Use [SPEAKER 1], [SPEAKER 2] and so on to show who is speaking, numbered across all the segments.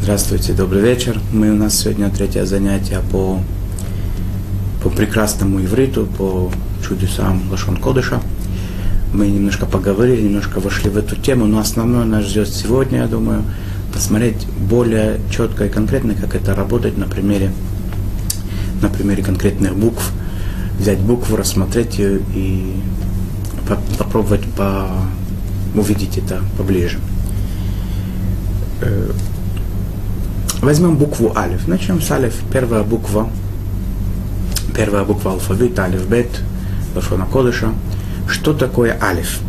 [SPEAKER 1] Здравствуйте, добрый вечер. У нас сегодня третье занятие по прекрасному ивриту, по чудесам лашон кодыша. Мы немножко поговорили, немножко вошли в эту тему, но основное нас ждет сегодня, я думаю, посмотреть более четко и конкретно, как это работает на примере конкретных букв. Взять букву, рассмотреть ее и попробовать увидеть это поближе. Возьмем букву алиф. Начнем с алиф. Первая буква алфавита, алиф, бет, лашона кодыша. Что такое алиф?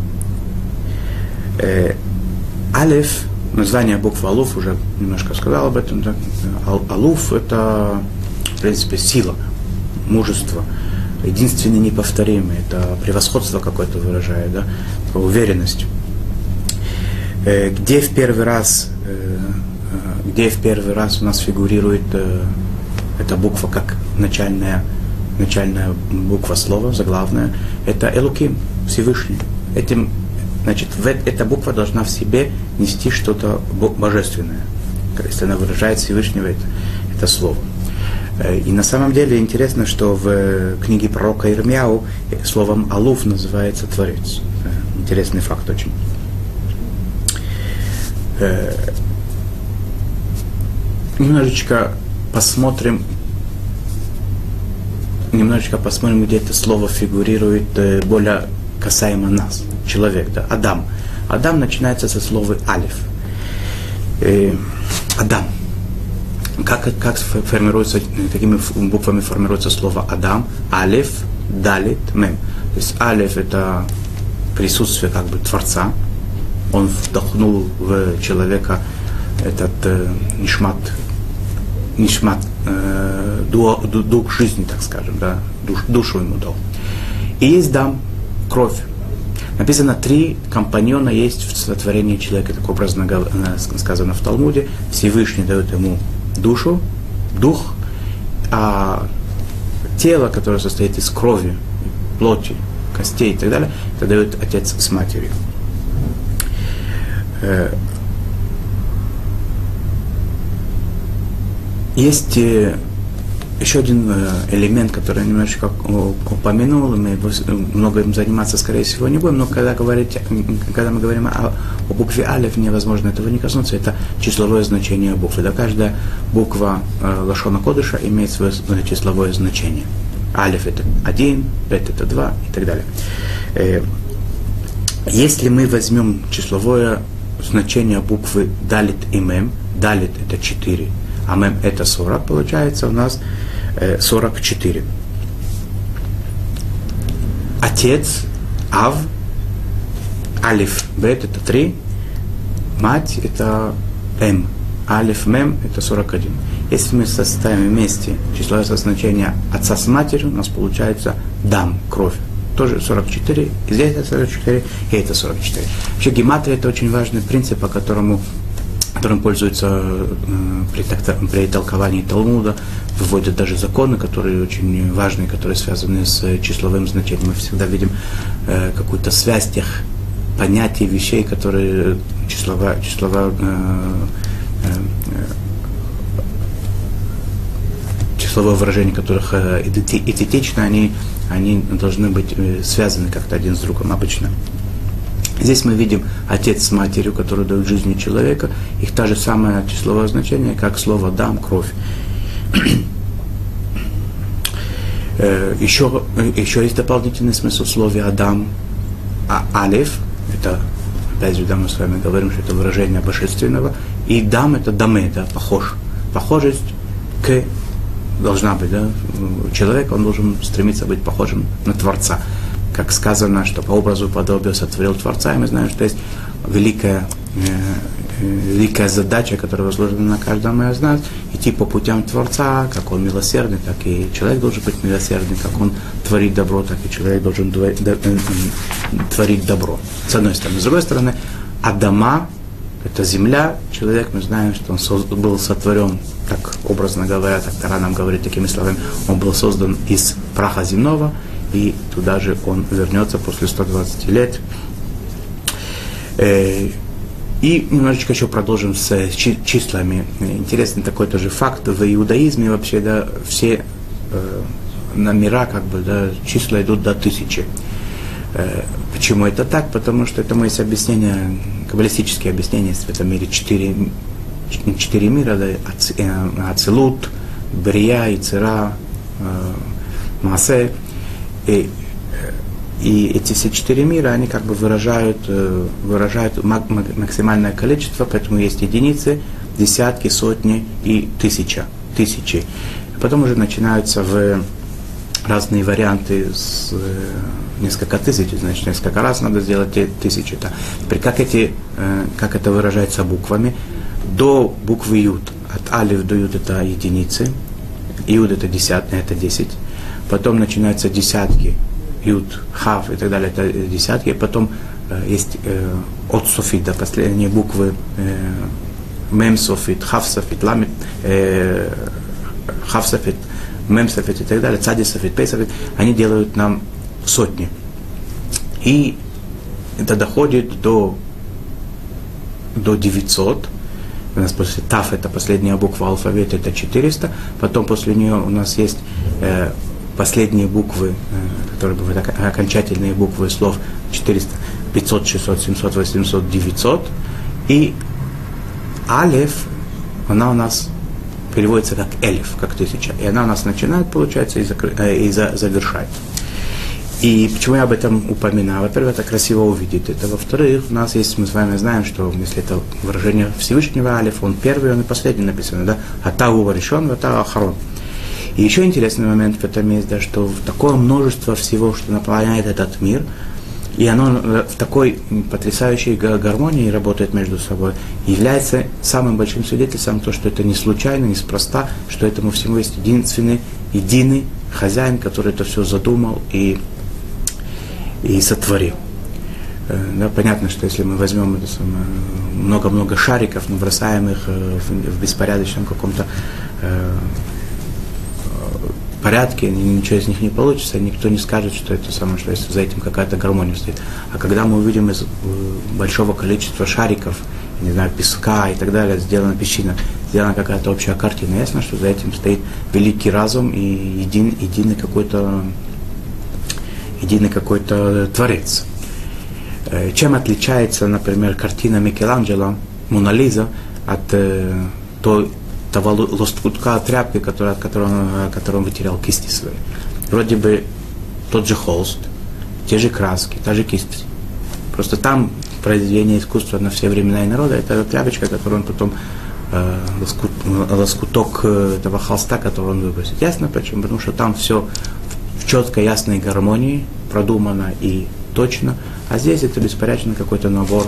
[SPEAKER 1] Алиф, название буквы алуф, уже немножко сказал об этом. Да? Алуф — это, в принципе, сила, мужество, единственный неповторимый, это превосходство какое-то выражает, да? Уверенность. Где в первый раз у нас фигурирует эта буква как начальная буква слова, заглавная, это Элоким, Всевышний. Эта буква должна в себе нести что-то божественное, если она выражает Всевышнего, это слово. И на самом деле интересно, что в книге пророка Ирмияу словом Алуф называется Творец. Интересный факт очень. Немножечко посмотрим, где это слово фигурирует более касаемо нас, человек, да, Адам. Адам начинается со слова алиф. Адам. Как формируется, такими буквами формируется слово Адам? Алиф, далит, мем. То есть алиф — это присутствие как бы Творца. Он вдохнул в человека этот дух жизни, так скажем, да, душу ему дал. И есть дам, кровь. Написано, 3 компаньона есть в сотворении человека, так образно сказано в Талмуде. Всевышний дает ему душу, дух, а тело, которое состоит из крови, плоти, костей и так далее, это дает отец с матерью. Есть еще один элемент, который я немножечко упомянул, мы много им заниматься, скорее всего, не будем, но когда мы говорим о букве алиф, невозможно этого не коснуться, это числовое значение буквы. Да, каждая буква лашона кодыша имеет свое числовое значение. Алиф — это 1, бет — это 2 и так далее. Если мы возьмем числовое значение буквы далит и мем, далит — это 4, а мем — это 40, получается у нас 44. Отец, ав, алиф, бет — это 3, мать — это м, алиф, мем — это 41. Если мы составим вместе числовое соотношение отца с матерью, у нас получается дам, кровь. Тоже 44, и здесь это 44, и это 44. Вообще гематрия — это очень важный принцип, которым пользуются при толковании Талмуда, выводят даже законы, которые очень важные, которые связаны с числовым значением. Мы всегда видим какую-то связь тех понятий, вещей, которые числовое выражение которых идентично, они должны быть связаны как-то один с другом обычно. Здесь мы видим отец с матерью, которые дают жизни человека, их та же самое числовое значение, как слово дам, кровь. Еще есть дополнительный смысл в слове Адам. Алиф — это, опять же, да, мы с вами говорим, что это выражение божественного, и дам — это даме, да, похож. Похожесть должна быть, да, человек, он должен стремиться быть похожим на Творца. Как сказано, что по образу и подобию сотворил Творца, и мы знаем, что есть великая задача, которая возложена на каждого из нас, идти по путям Творца, как он милосердный, так и человек должен быть милосердный, как он творит добро, так и человек должен творить добро. С одной стороны. С другой стороны, Адама — это земля, человек, мы знаем, что он был сотворен, так образно говоря, так Тора нам говорит такими словами, он был создан из праха земного, и туда же он вернется после 120 лет. И немножечко еще продолжим с числами. Интересный такой тоже факт. В иудаизме вообще, да, все номера, как бы, да, числа идут до 1000. Почему это так? Потому что это есть объяснение, каббалистические объяснения, в этом мире 4 мира, да, Ацилут, Брия, Ицера, Маасе. И эти все 4 мира, они как бы выражают максимальное количество, поэтому есть единицы, десятки, сотни и тысячи. Потом уже начинаются разные варианты с несколько тысяч, значит, несколько раз надо сделать 1000. Теперь как это выражается буквами? До буквы Юд, от Алиф до Юд это единицы, Юд это десятные, это 10. Потом начинаются десятки, Юд, Хав и так далее, это десятки. Потом есть от Софит до последние буквы Мем Софит, Хав Софит, Ламит, Хав Софит, Мем Софит и так далее, Цади Софит, Пей Софит, они делают нам сотни. И это доходит до 900. У нас после Таф это последняя буква алфавита, это 400. Потом после нее у нас есть последние буквы, которые бывают окончательные буквы слов 400, 500, 600, 700, 800, 900. И Алеф, она у нас переводится как Элиф, как 1000. И она у нас начинает, получается, и завершает. И почему я об этом упоминаю? Во-первых, это красиво увидеть это. Во-вторых, у нас есть, мы с вами знаем, что если это выражение Всевышнего Алиф, он первый, он и последний написано, да? Атагу решен, ватагу ахарон. И еще интересный момент в этом есть, да, что такое множество всего, что наполняет этот мир, и оно в такой потрясающей гармонии работает между собой, является самым большим свидетельством то, что это не случайно, неспроста, что этому всему есть единый хозяин, который это все задумал и сотворил. Да, понятно, что если мы возьмем много-много шариков, бросаем их в беспорядочном каком-то порядке, ничего из них не получится, никто не скажет, что это самое, что за этим какая-то гармония стоит. А когда мы увидим из большого количества шариков, не знаю, песка и так далее, сделана песчина, сделана какая-то общая картина, ясно, что за этим стоит великий разум и единый какой-то творец. Чем отличается, например, картина Микеланджело, Мона Лиза, от того лоскутка тряпки, от которого он вытерял кисти свои. Вроде бы тот же холст, те же краски, та же кисть. Просто там произведение искусства на все времена и народа, это тряпочка, которую он потом, лоскуток этого холста, который он выбросит. Ясно почему? Потому что там все в четкой, ясной гармонии, продумано и точно, а здесь это беспорядочный какой-то набор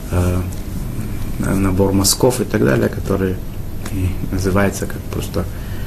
[SPEAKER 1] мазков и так далее, который и называется как просто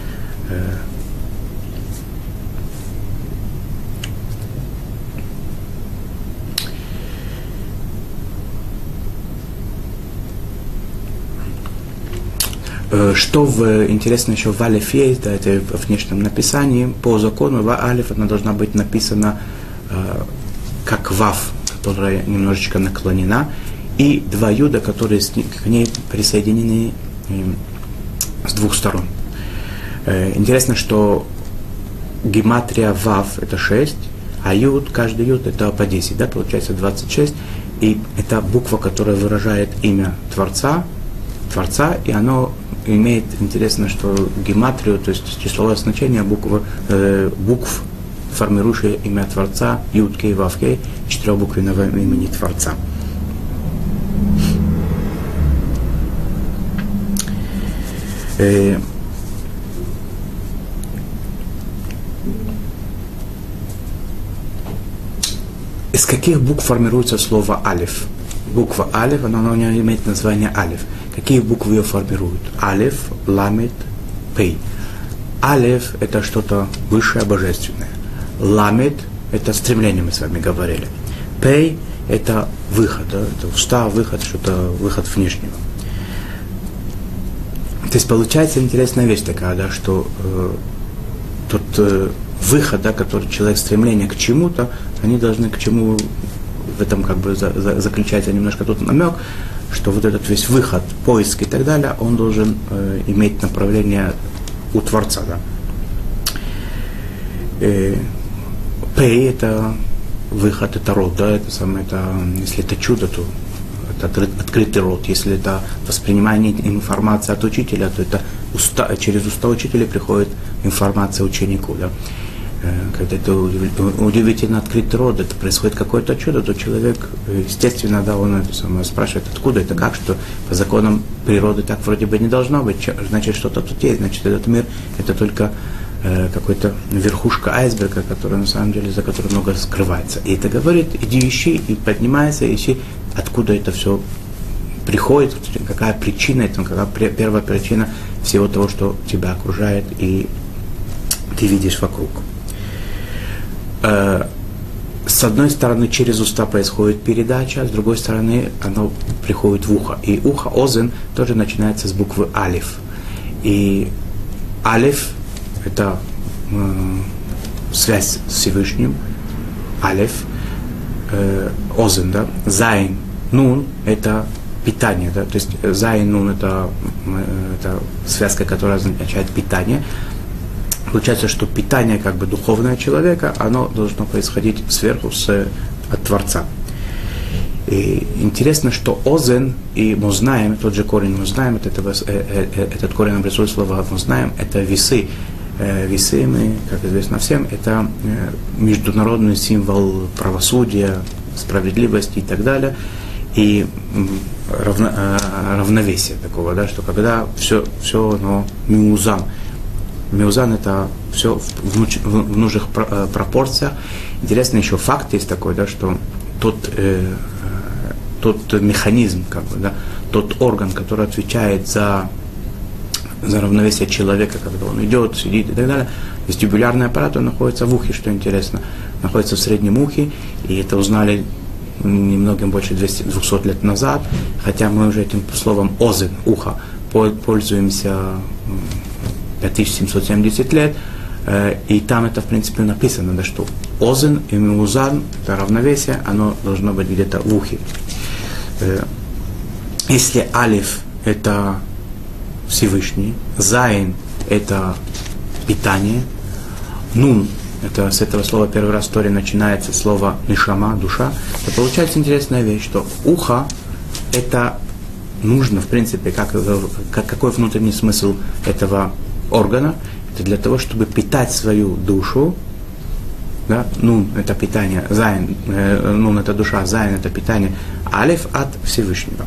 [SPEAKER 1] что интересно еще в Алиф есть, да, это в внешнем написании, по закону в Алиф она должна быть написана как Вав, которая немножечко наклонена, и два Юда, которые к ней присоединены с двух сторон. Интересно, что гематрия Вав это 6, а Юд, каждый Юд это по 10, да, получается 26. И это буква, которая выражает имя Творца, и оно имеет, интересно, что гематрию, то есть числовое значение букв, формирующие имя Творца, Юд, Кей, Вав, Кей, четырехбуквенного имени Творца. Из каких букв формируется слово Алиф? Буква Алиф, она не имеет названия Алиф. Какие буквы ее формируют? Алиф, Ламет, Пей. Алиф – это что-то высшее, божественное. Ламет – это стремление, мы с вами говорили. Пей – это выход, да? Это уста, выход, что-то, выход внешнего. То есть получается интересная вещь такая, да, что тот выход, да, который человек, стремление к чему-то, они должны к чему, в этом как бы заключается немножко тут намек, что вот этот весь выход, поиск и так далее, он должен иметь направление у Творца. Да? Пей – это выход, это род, да, это самое, это, если это чудо, то это открытый рот. Если это воспринимание информации от учителя, то это через уста учителя приходит информация ученику. Да? Когда это удивительно открытый рот, это происходит какое-то чудо, то человек, естественно, да, он это самое спрашивает, откуда это, как, что по законам природы так вроде бы не должно быть, значит, что-то тут есть, значит, этот мир это только какой-то верхушка айсберга, которая на самом деле, за которой много скрывается. И это говорит, иди ищи, и поднимайся, ищи, откуда это все приходит, какая причина, какая первая причина всего того, что тебя окружает и ты видишь вокруг. С одной стороны, через уста происходит передача, с другой стороны, оно приходит в ухо. И ухо, озен, тоже начинается с буквы алиф. И алиф – это связь с Всевышним, алиф, озен, да, зайн, нун – это питание, да, то есть зайн, нун – это связка, которая означает питание. Получается, что питание как бы духовного человека, оно должно происходить сверху от Творца. И интересно, что озен и мознаем, тот же корень мознаем, этот корень образует слово мознаем, это весы. Весы, мы, как известно всем, это международный символ правосудия, справедливости и так далее, и равновесия такого, да, что когда все оно миузан. Миузан – это все в нужных пропорциях. Интересный еще факт есть такой, да, что тот механизм, как бы, да, тот орган, который отвечает за равновесие человека, когда он идет, сидит и так далее, вестибулярный аппарат, он находится в ухе, что интересно, находится в среднем ухе, и это узнали немногим больше 200 лет назад, хотя мы уже этим словом озен, ухо, пользуемся 5770 лет, и там это, в принципе, написано, да, что озен и миузан, это равновесие, оно должно быть где-то в ухе. Если алиф – это Всевышний, зайн – это питание, нун – это с этого слова первый раз в Торе начинается слово нишама, душа, то получается интересная вещь, что ухо – это нужно, в принципе, какой внутренний смысл этого органа, это для того, чтобы питать свою душу, да, нун – это питание, зайн, нун – это душа, зайн – это питание, алиф – от Всевышнего.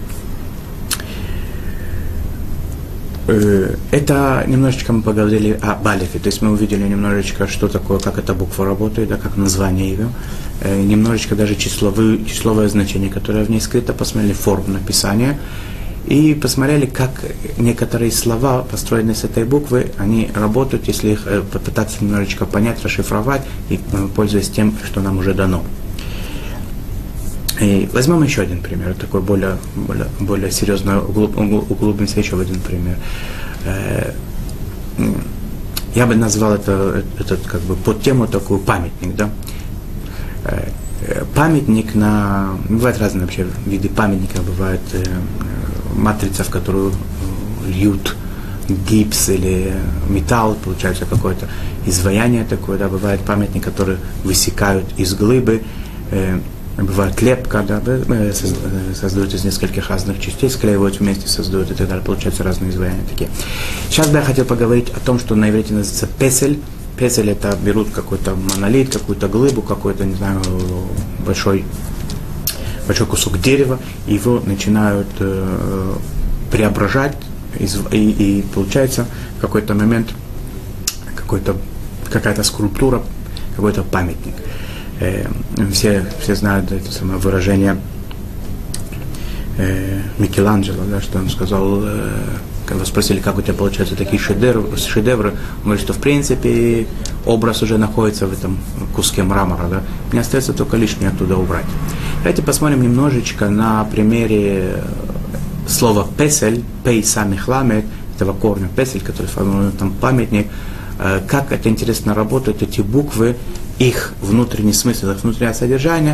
[SPEAKER 1] Это немножечко мы поговорили об алифе, то есть мы увидели немножечко, что такое, как эта буква работает, да, как название ее, немножечко даже числовое значение, которое в ней скрыто, посмотрели форму написания и посмотрели, как некоторые слова, построенные с этой буквы, они работают, если их попытаться немножечко понять, расшифровать и пользуясь тем, что нам уже дано. И возьмем еще один пример, такой более серьезно углубимся еще в один пример. Я бы назвал этот как бы под тему такую памятник, да? Памятник бывают разные вообще виды памятника, бывает матрица, в которую льют гипс или металл, получается какое-то изваяние такое, да, бывает памятник, который высекают из глыбы, бывает лепка, да, создают из нескольких разных частей, склеивают вместе, создают и так далее, получаются разные изваяния такие. Сейчас бы я хотел поговорить о том, что на иврите называется песель. Песель — это берут какой-то монолит, какую-то глыбу, какой-то, не знаю, большой кусок дерева, и его начинают преображать, и получается в какой-то момент какая-то скульптура, какой-то памятник. Все знают это самое выражение Микеланджело, да, что он сказал, когда спросили, как у тебя получаются такие шедевры, он говорит, что в принципе образ уже находится в этом куске мрамора, да, мне остается только лишнее оттуда убрать. Давайте посмотрим немножечко на примере слова песель, пей самих ламет, этого корня песель, который формирует там памятник, как это интересно работает, эти буквы, их внутренний смысл, их внутреннее содержание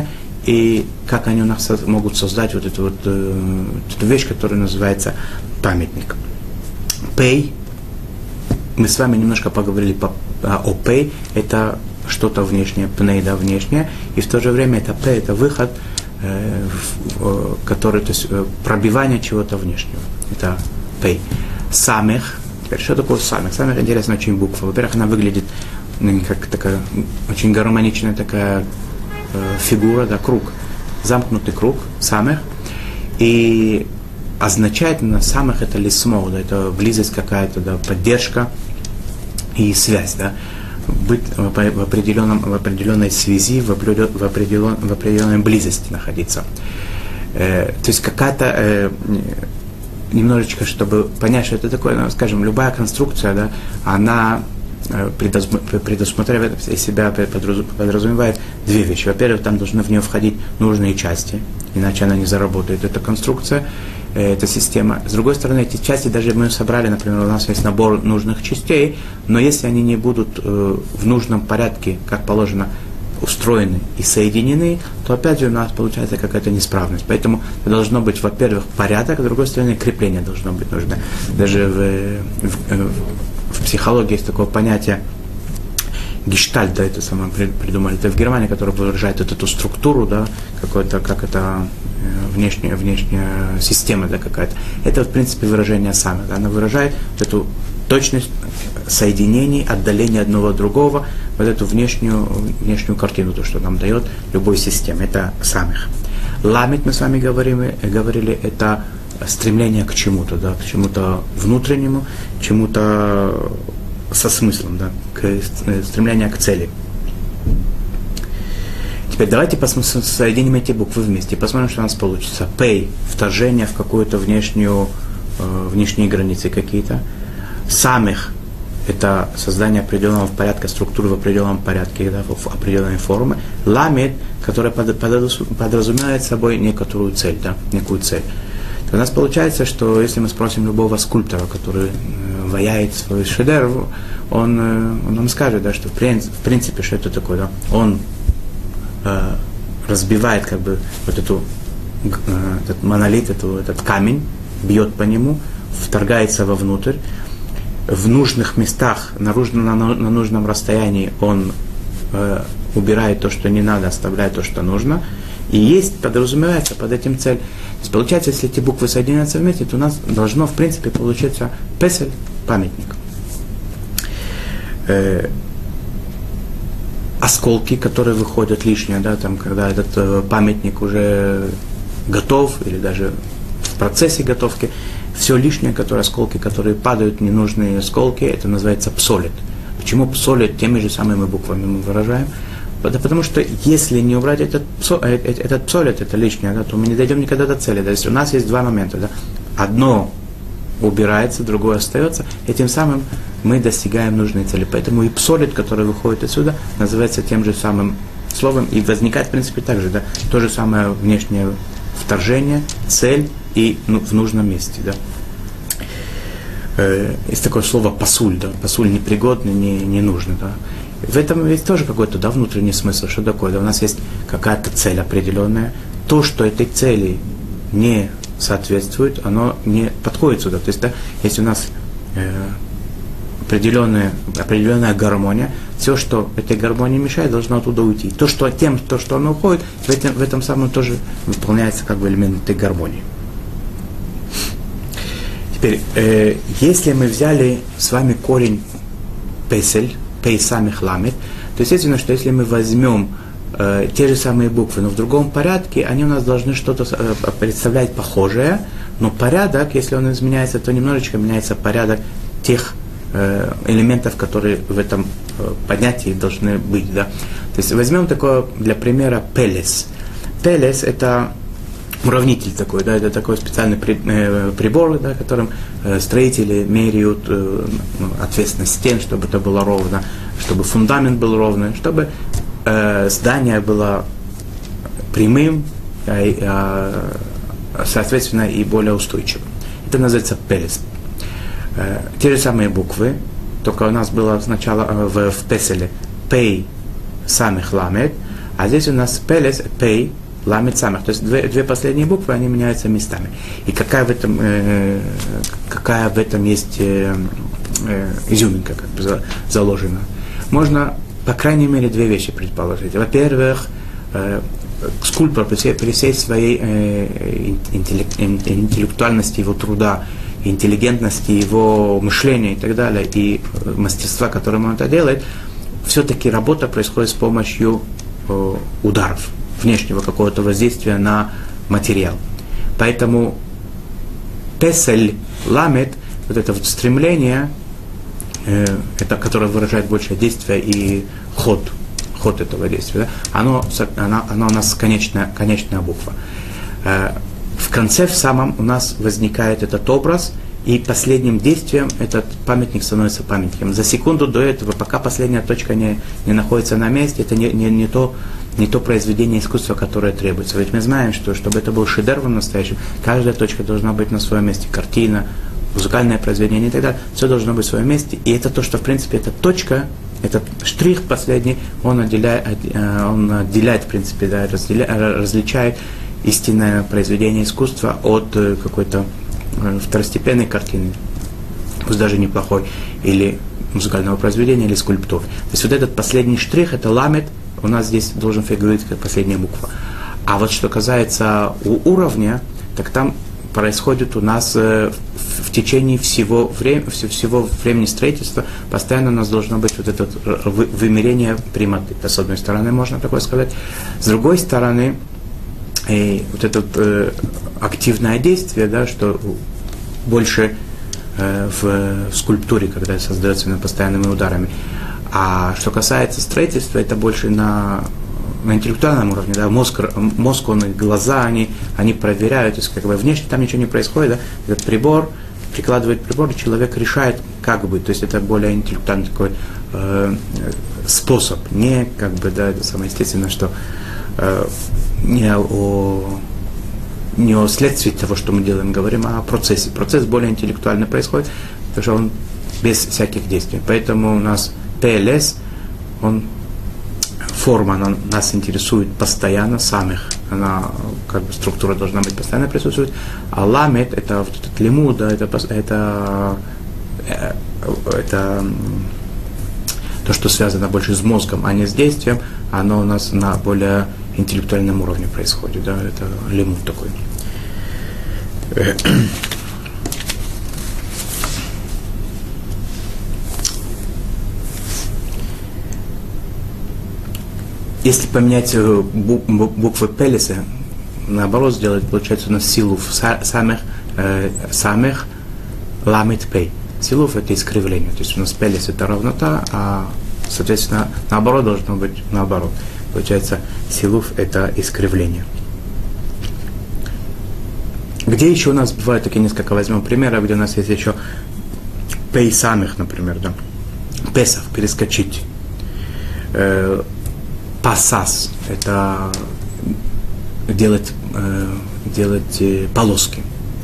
[SPEAKER 1] и как они у нас могут создать вот эту вещь, которая называется памятник. Пей. Мы с вами немножко поговорили о пей. Это что-то внешнее, пней, да, внешнее. И в то же время это пей, это выход, который, то есть пробивание чего-то внешнего. Это пей. Самех. Теперь, что такое самех? Самех интересная очень буква. Во-первых, она выглядит как такая очень гармоничная такая фигура, да, круг. Замкнутый круг, самех. И означает на самых это лисмо, да, это близость какая-то, да, поддержка и связь, да, быть в определенной связи, в определенной близости находиться. То есть какая-то немножечко, чтобы понять, что это такое, ну, скажем, любая конструкция, да, она предусматривает из себя, подразумевает две вещи. Во-первых, там должны в нее входить нужные части, иначе она не заработает. Эта конструкция, эта система. С другой стороны, эти части, даже мы собрали, например, у нас есть набор нужных частей, но если они не будут в нужном порядке, как положено, устроены и соединены, то опять же у нас получается какая-то неисправность. Поэтому должно быть, во-первых, порядок, а с другой стороны, крепление должно быть нужно. Даже в психологии есть такое понятие гештальт, да, это самое придумали, это в Германии, которое выражает вот эту структуру, да, какой-то, как это внешняя система, да, какая-то. Это, в принципе, выражение самое. Да, она выражает вот эту точность соединений, отдаления одного от другого, вот эту внешнюю картину, то, что нам дает любой системе. Это самих. Ламит, мы с вами говорили, это стремление к чему-то, да, к чему-то внутреннему, чему-то со смыслом, да, стремление к цели. Теперь давайте соединим эти буквы вместе и посмотрим, что у нас получится. Пей – вторжение в какую-то внешние границы какие-то. Самих – это создание определенного порядка, структуры в определенном порядке, да, в определенной форме. Ламит, которая подразумевает собой некую цель, да, некую цель. То у нас получается, что если мы спросим любого скульптора, который ваяет свой шедевр, он нам скажет, да, что в принципе, что это такое, да? Он разбивает как бы вот этот монолит, этот камень, бьет по нему, вторгается вовнутрь, в нужных местах, на нужном расстоянии он убирает то, что не надо, оставляет то, что нужно. И подразумевается под этим цель. То есть получается, если эти буквы соединяются вместе, то у нас должно, в принципе, получиться песель, памятник. Осколки, которые выходят лишние, да, там, когда этот памятник уже готов, или даже в процессе готовки, все лишнее, осколки, которые падают, ненужные осколки, это называется псолит. Почему псолит теми же самыми буквами мы выражаем? Да потому что если не убрать этот псолит, это лишнее, да, то мы не дойдем никогда до цели. То есть у нас есть два момента. Да. Одно убирается, другое остается, и тем самым мы достигаем нужной цели. Поэтому и псолит, который выходит отсюда, называется тем же самым словом, и возникает, в принципе, так же, да, то же самое внешнее вторжение, цель и в нужном месте. Да. Есть такое слово пасуль, да, пасуль непригодный, не нужный. Да. В этом есть тоже какой-то, да, внутренний смысл. Что такое? Да, у нас есть какая-то цель определенная. То, что этой цели не соответствует, оно не подходит сюда. То есть, да, если у нас определенная гармония, все, что этой гармонии мешает, должно оттуда уйти. То, что оно уходит, в этом самом тоже выполняется как бы элемент этой гармонии. Теперь, если мы взяли с вами корень песель, пей самих ламит, то естественно, что если мы возьмем те же самые буквы, но в другом порядке, они у нас должны что-то представлять похожее, но порядок, если он изменяется, то немножечко меняется порядок тех элементов, которые в этом понятии должны быть. Да? То есть возьмем такое для примера пелес. Пелес – это уравнитель такой, да, это такой специальный прибор, да, которым строители меряют ответственность стен, чтобы это было ровно, чтобы фундамент был ровный, чтобы здание было прямым, соответственно, и более устойчивым. Это называется пелес. Те же самые буквы, только у нас было сначала в песеле пей самих ламет, а здесь у нас пелес, пей, ламет самых. То есть две последние буквы, они меняются местами. И какая в этом есть изюминка как бы заложена? Можно, по крайней мере, две вещи предположить. Во-первых, скульптор при всей своей интеллектуальности его труда, интеллигентности его мышления и так далее, и мастерства, которым он это делает, все-таки работа происходит с помощью ударов, внешнего какого-то воздействия на материал. Поэтому песель, ламет, вот это вот стремление, это, которое выражает большее действие и ход этого действия, да, оно у нас конечная буква. В конце, в самом, у нас возникает этот образ, и последним действием этот памятник становится памятником. За секунду до этого, пока последняя точка не находится на месте, это не то произведение искусства, которое требуется. Ведь мы знаем, что чтобы это был шедевр настоящий, каждая точка должна быть на своем месте. Картина, музыкальное произведение и так далее, все должно быть в своем месте. И это то, что в принципе эта точка, этот штрих последний, он отделяет в принципе, да, различает истинное произведение искусства от какой-то второстепенной картины, пусть даже неплохой, или музыкального произведения, или скульптуры. То есть вот этот последний штрих, это ламет, у нас здесь должен фигурировать как последняя буква. А вот что касается уровня, так там происходит у нас в течение всего времени строительства, постоянно у нас должно быть вот это вымерение прямоты. С одной стороны, можно такое сказать. С другой стороны, вот это активное действие, да, что больше в скульптуре, когда создается на постоянными ударами. А что касается строительства, это больше на интеллектуальном уровне, да, мозг, он, глаза, они проверяют, то есть как бы внешне там ничего не происходит, да, этот прибор, прикладывает прибор, и человек решает, как быть, то есть это более интеллектуальный такой способ, не как бы, да, это самое естественное, что не о следствии того, что мы делаем, говорим, а о процессе. Процесс более интеллектуально происходит, потому что он без всяких действий. Поэтому у нас ПЛС, форма, она нас интересует постоянно, самих, она, как бы, структура должна быть постоянно присутствовать, а ламет, это вот этот лимуд, да, это то, что связано больше с мозгом, а не с действием, оно у нас на более интеллектуальном уровне происходит, да, это лимуд такой. Если поменять буквы Пелеса, наоборот сделать, получается у нас силуф самих ламет пей. Силуф это искривление, то есть у нас Пелес это равнота, а соответственно наоборот должно быть наоборот. Получается силуф это искривление. Где еще у нас бывают такие несколько, возьмем примеры, где у нас есть еще пей самих, например, да. Песах, перескочить. Пасас, это делать полоски.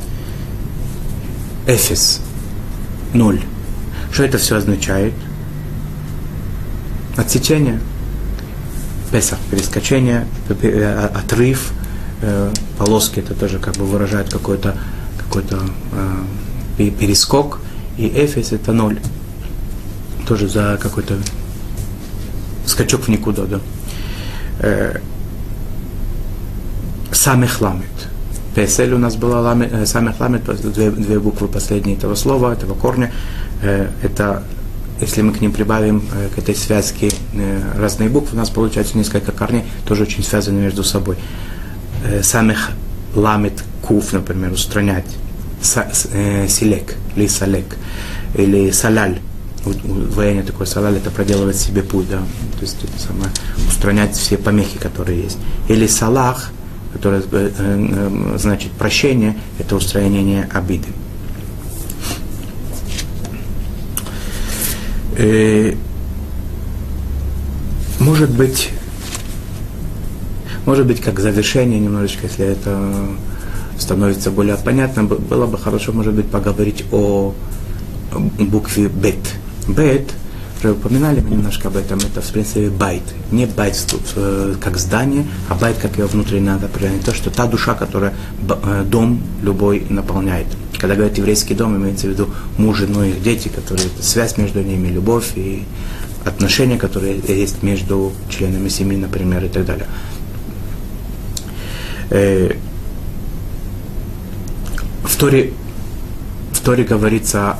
[SPEAKER 1] Эфес, 0. Что это все означает? Отсечение. Песах, перескочение, отрыв. Полоски, это тоже как бы выражает какой-то перескок. И эфес это 0. Тоже за какой-то скачок в никуда, да. Самих ламет. ПСЛ у нас была самих ламет, две буквы последние этого слова, этого корня. Это, если мы к ним прибавим, к этой связке разные буквы, у нас получается несколько корней, тоже очень связаны между собой. Самих ламет куф, например, устранять. Силек, или салек, или саляль. Воение такое, салаль, это проделывать себе путь, да, то есть это самое, устранять все помехи, которые есть. Или салах, которое значит прощение, это устранение обиды. Может быть, как завершение немножечко, если это становится более понятно, было бы хорошо, может быть, поговорить о букве бет. Бет, уже упоминали мы немножко об этом, это в принципе байт. Не байт как здание, а байт как его внутреннее определение. То, что та душа, которая дом любой наполняет. Когда говорят еврейский дом, имеется в виду муж, жена, их дети, которые, связь между ними, любовь и отношения, которые есть между членами семьи, например, и так далее. В Торе говорится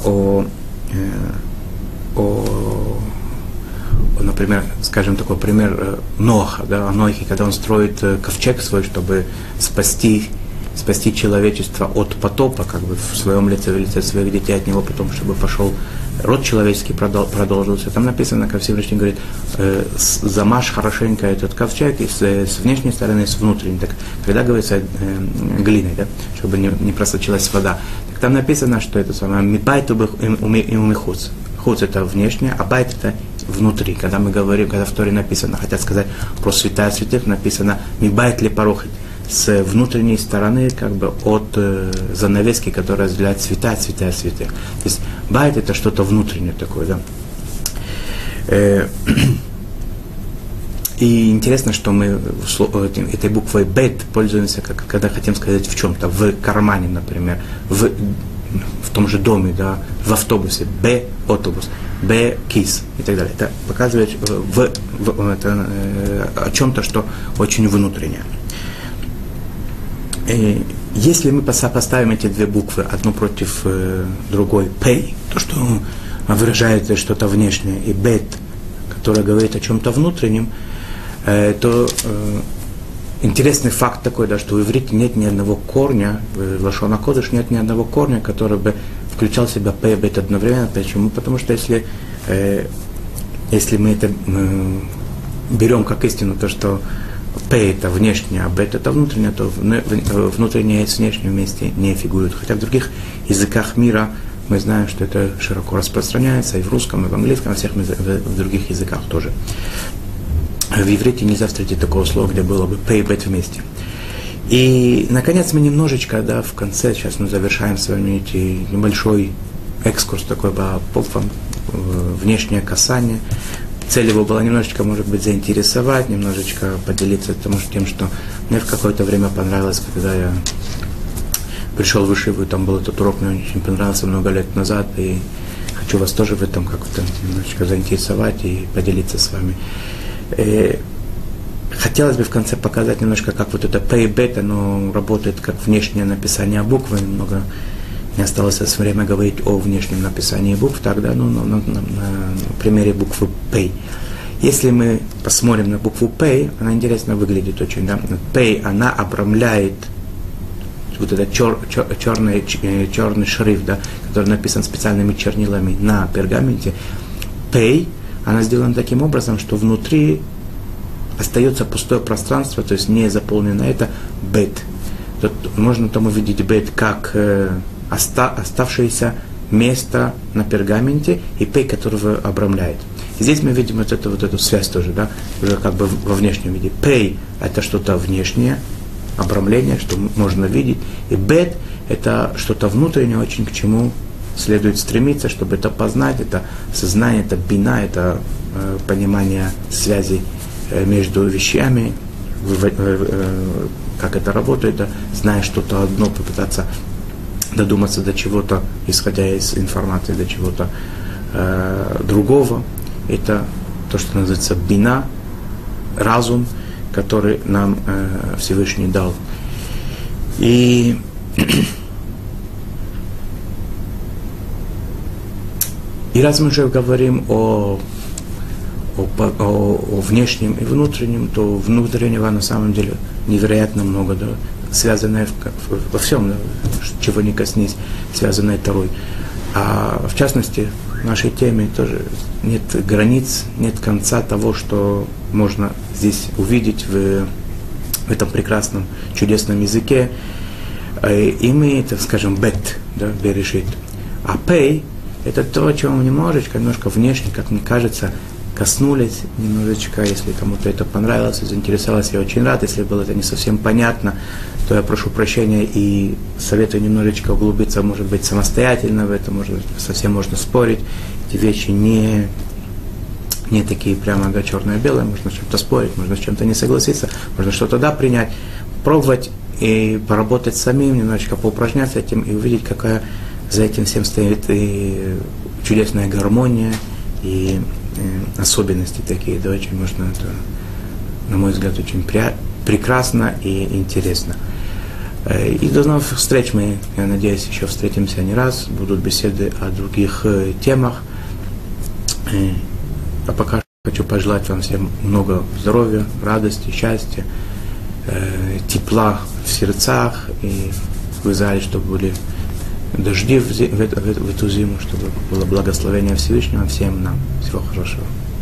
[SPEAKER 1] например, скажем, такой пример Ноаха, да, о Ноахе, когда он строит ковчег свой, чтобы спасти человечество от потопа, как бы в своем лице, в лице своих детей от него, потом, чтобы пошел род человеческий, продолжился. Там написано, как Всевышний говорит, замажь хорошенько этот ковчег и с внешней стороны, и с внутренней. Так, когда говорится глиной, да, чтобы не просочилась вода, так там написано, что это самое «мибайт и умихуц». Хуц это внешнее, а байт это внутри. Когда мы говорим, когда в Торе написано, хотят сказать про святая святых, написано «мибайт ли порохит», с внутренней стороны, как бы от занавески, которая разделяет святая святых. То есть байт это что-то внутреннее такое, да. И интересно, что мы этой буквой бет пользуемся, когда хотим сказать в чем-то, в кармане, например, в том же доме, да, в автобусе, б автобус, б кис и так далее. Это показывает о чем-то, что очень внутреннее. Если мы сопоставим эти две буквы, одну против другой, пей, то, что выражает что-то внешнее, и бет, которое говорит о чем-то внутреннем, то интересный факт такой, да, что в иврите нет ни одного корня, в лашон а-кодеш нет ни одного корня, который бы включал в себя пей и бет одновременно. Почему? Потому что если мы это берем как истину, то, что пей это внешнее, а бет это внутреннее, то внутреннее и внешнее вместе не фигурируют. Хотя в других языках мира мы знаем, что это широко распространяется и в русском, и в английском, и в других языках тоже. В иврите нельзя встретить такого слова, где было бы пей и бет вместе. И, наконец, мы немножечко, да, в конце, сейчас мы завершаем с вами небольшой экскурс такой по попам, внешнее касание. Цель его была немножечко, может быть, заинтересовать, немножечко поделиться тем, что мне в какое-то время понравилось, когда я пришел в Ишиву, там был этот урок, мне очень понравился много лет назад, и хочу вас тоже в этом как-то немножечко заинтересовать и поделиться с вами. Хотелось бы в конце показать немножко, как вот это pay bet, оно работает как внешнее написание буквы. Немного не осталось время говорить о внешнем написании букв, тогда на примере буквы pay. Если мы посмотрим на букву pay, она интересно выглядит очень. Да? Pay, она обрамляет вот этот черный шрифт, да, который написан специальными чернилами на пергаменте. Pay, она сделана таким образом, что внутри остается пустое пространство, то есть не заполнено. Это бет. Тут можно там увидеть бет как оставшееся место на пергаменте и пей, которого обрамляет. И здесь мы видим вот эту связь тоже, да, уже как бы во внешнем виде. Пей – это что-то внешнее, обрамление, что можно видеть. И бет – это что-то внутреннее, очень к чему следует стремиться, чтобы это познать, это сознание, это бина, это понимание связи между вещами, как это работает, да, зная что-то одно, попытаться додуматься до чего-то, исходя из информации, до чего-то другого. Это то, что называется бина, разум, который нам Всевышний дал. И раз мы уже говорим о внешнем и внутреннем, то внутреннего на самом деле невероятно много, да, связанное во всем, да, чего не коснись, связанное Торой. А в частности, в нашей теме тоже нет границ, нет конца того, что можно здесь увидеть в этом прекрасном, чудесном языке. И мы это, скажем, бет, да, берешит. А пей – это то, о чем немножко внешне, как мне кажется, коснулись немножечко. Если кому-то это понравилось, заинтересовалось, я очень рад. Если было это не совсем понятно, то я прошу прощения и советую немножечко углубиться, может быть, самостоятельно в это, может быть, совсем можно спорить. Эти вещи не не такие прямо, да, черное-белое, можно с чем-то спорить, можно с чем-то не согласиться, можно что-то, да, принять, пробовать и поработать самим, немножечко поупражняться этим и увидеть, какая за этим всем стоит и чудесная гармония, и особенности такие, да, очень можно, это, на мой взгляд, очень прекрасно и интересно. И до новых встреч мы, я надеюсь, еще встретимся не раз, будут беседы о других темах. А пока хочу пожелать вам всем много здоровья, радости, счастья, тепла в сердцах, и в зале, чтобы были дожди в эту зиму, чтобы было благословение Всевышнего всем нам. Всего хорошего.